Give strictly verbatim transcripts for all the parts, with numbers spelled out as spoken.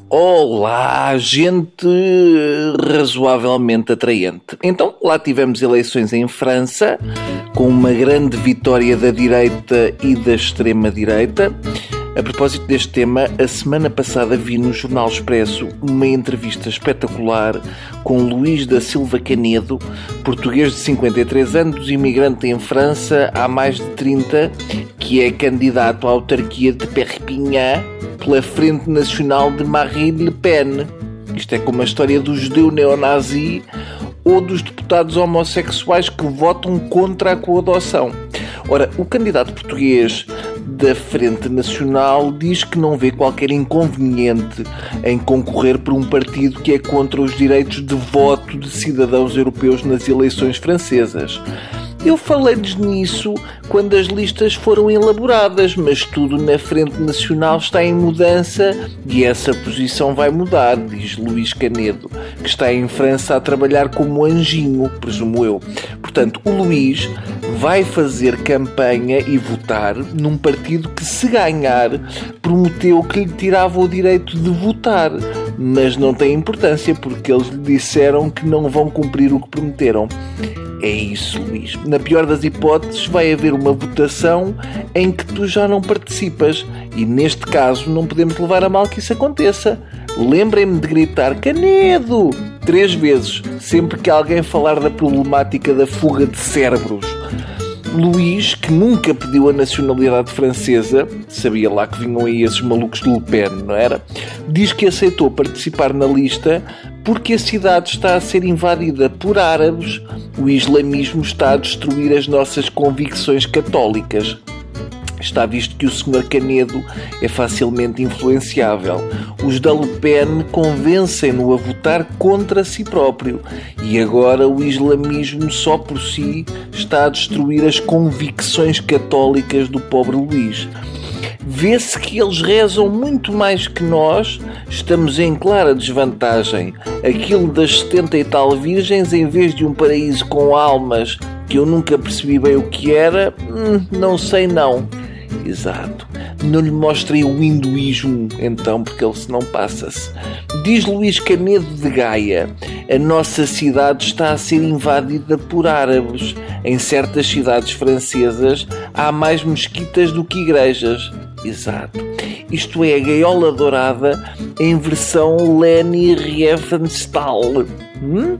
Olá, gente razoavelmente atraente. Então, lá tivemos eleições em França, com uma grande vitória da direita e da extrema-direita. A propósito deste tema, a semana passada vi no Jornal Expresso uma entrevista espetacular com Luís da Silva Canedo, português de cinquenta e três anos, imigrante em França há mais de trinta, que é candidato à autarquia de Perpignan pela Frente Nacional de Marine Le Pen. Isto é como a história do judeu neonazi ou dos deputados homossexuais que votam contra a coadoção. Ora, o candidato português da Frente Nacional diz que não vê qualquer inconveniente em concorrer por um partido que é contra os direitos de voto de cidadãos europeus nas eleições francesas. Eu falei-lhes nisso quando as listas foram elaboradas, mas tudo na Frente Nacional está em mudança e essa posição vai mudar, diz Luís Canedo, que está em França a trabalhar como anjinho, presumo eu. Portanto, o Luís vai fazer campanha e votar num partido que, se ganhar, prometeu que lhe tirava o direito de votar, mas não tem importância porque eles lhe disseram que não vão cumprir o que prometeram. É isso, Luís. Na pior das hipóteses, vai haver uma votação em que tu já não participas. E neste caso, não podemos levar a mal que isso aconteça. Lembrem-me de gritar Canedo três vezes, sempre que alguém falar da problemática da fuga de cérebros. Luís, que nunca pediu a nacionalidade francesa, sabia lá que vinham aí esses malucos de Le Pen, não era? Diz que aceitou participar na lista porque a cidade está a ser invadida por árabes. O islamismo está a destruir as nossas convicções católicas. Está visto que o senhor Canedo é facilmente influenciável. Os da Le Pen convencem-no a votar contra si próprio. E agora o islamismo só por si está a destruir as convicções católicas do pobre Luís. Vê-se que eles rezam muito mais que nós. Estamos em clara desvantagem. Aquilo das setenta e tal virgens, em vez de um paraíso com almas que eu nunca percebi bem o que era, hum, não sei não. Exato. Não lhe mostrem o hinduísmo, então, porque ele se não passa-se. Diz Luís Canedo de Gaia: a nossa cidade está a ser invadida por árabes. Em certas cidades francesas há mais mesquitas do que igrejas. Exato. Isto é a gaiola dourada em versão Leni Riefenstahl. Hum?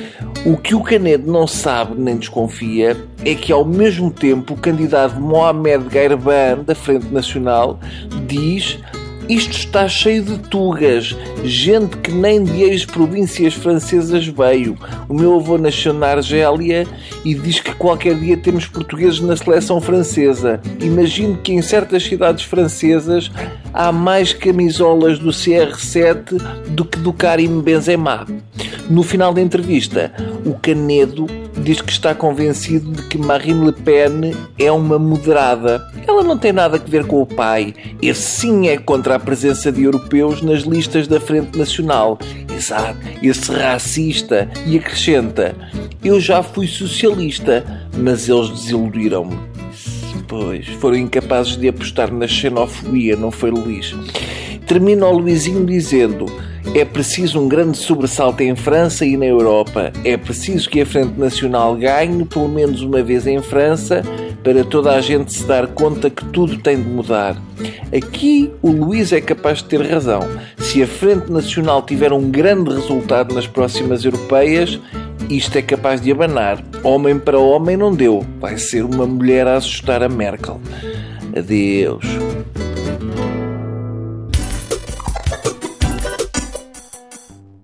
O que o Canedo não sabe nem desconfia é que, ao mesmo tempo, o candidato Mohamed Ghairbane, da Frente Nacional, diz: isto está cheio de tugas, gente que nem de ex-províncias francesas veio. O meu avô nasceu na Argélia e diz que qualquer dia temos portugueses na seleção francesa. Imagino que em certas cidades francesas há mais camisolas do C R sete do que do Karim Benzema. No final da entrevista, o Canedo diz que está convencido de que Marine Le Pen é uma moderada. Ela não tem nada a ver com o pai. Esse sim é contra a presença de europeus nas listas da Frente Nacional. Exato, esse racista. E acrescenta: eu já fui socialista, mas eles desiludiram-me. Pois, foram incapazes de apostar na xenofobia, não foi, Luís? Termina o Luizinho dizendo: é preciso um grande sobressalto em França e na Europa. É preciso que a Frente Nacional ganhe, pelo menos uma vez em França, para toda a gente se dar conta que tudo tem de mudar. Aqui o Luís é capaz de ter razão. Se a Frente Nacional tiver um grande resultado nas próximas europeias, isto é capaz de abanar. Homem para homem não deu. Vai ser uma mulher a assustar a Merkel. Adeus.